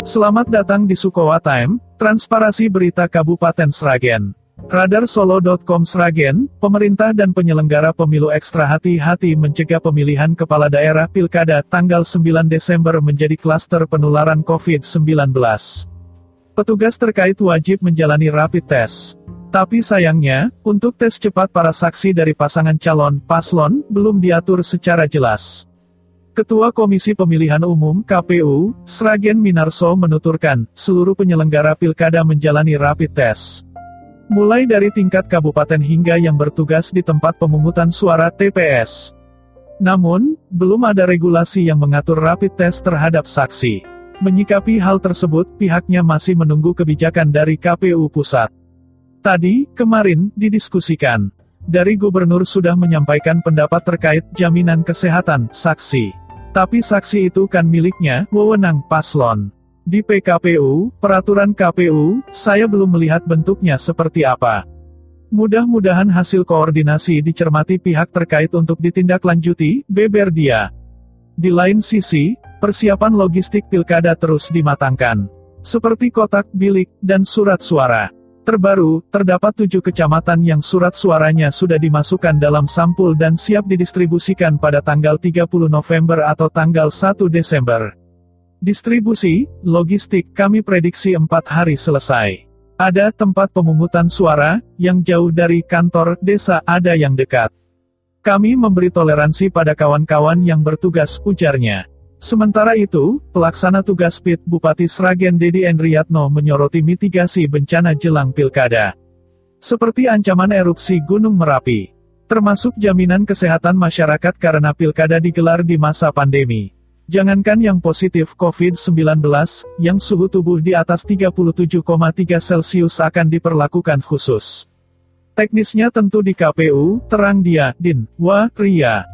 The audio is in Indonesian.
Selamat datang di Sukowa Time, transparasi berita Kabupaten Sragen. Radarsolo.com Sragen, pemerintah dan penyelenggara pemilu ekstra hati-hati mencegah pemilihan kepala daerah Pilkada tanggal 9 Desember menjadi klaster penularan COVID-19. Petugas terkait wajib menjalani rapid test. Tapi sayangnya, untuk tes cepat para saksi dari pasangan calon paslon belum diatur secara jelas. Ketua Komisi Pemilihan Umum (KPU) Sragen Minarso menuturkan, seluruh penyelenggara pilkada menjalani rapid test. Mulai dari tingkat kabupaten hingga yang bertugas di tempat pemungutan suara (TPS). Namun, belum ada regulasi yang mengatur rapid test terhadap saksi. Menyikapi hal tersebut, pihaknya masih menunggu kebijakan dari KPU Pusat. Tadi, kemarin, didiskusikan. Dari Gubernur sudah menyampaikan pendapat terkait jaminan kesehatan saksi. Tapi saksi itu kan miliknya, wewenang paslon. Di PKPU, peraturan KPU, saya belum melihat bentuknya seperti apa. Mudah-mudahan hasil koordinasi dicermati pihak terkait untuk ditindaklanjuti, beber dia. Di lain sisi, persiapan logistik pilkada terus dimatangkan. Seperti kotak, bilik, dan surat suara. Terbaru, terdapat 7 kecamatan yang surat suaranya sudah dimasukkan dalam sampul dan siap didistribusikan pada tanggal 30 November atau tanggal 1 Desember. Distribusi, logistik, kami prediksi 4 hari selesai. Ada tempat pemungutan suara, yang jauh dari kantor desa, ada yang dekat. Kami memberi toleransi pada kawan-kawan yang bertugas, ujarnya. Sementara itu, pelaksana tugas PIT Bupati Sragen Dedi Endriatno menyoroti mitigasi bencana jelang pilkada. Seperti ancaman erupsi Gunung Merapi. Termasuk jaminan kesehatan masyarakat karena pilkada digelar di masa pandemi. Jangankan yang positif COVID-19, yang suhu tubuh di atas 37,3 Celcius akan diperlakukan khusus. Teknisnya tentu di KPU, terang dia, Din, Ria.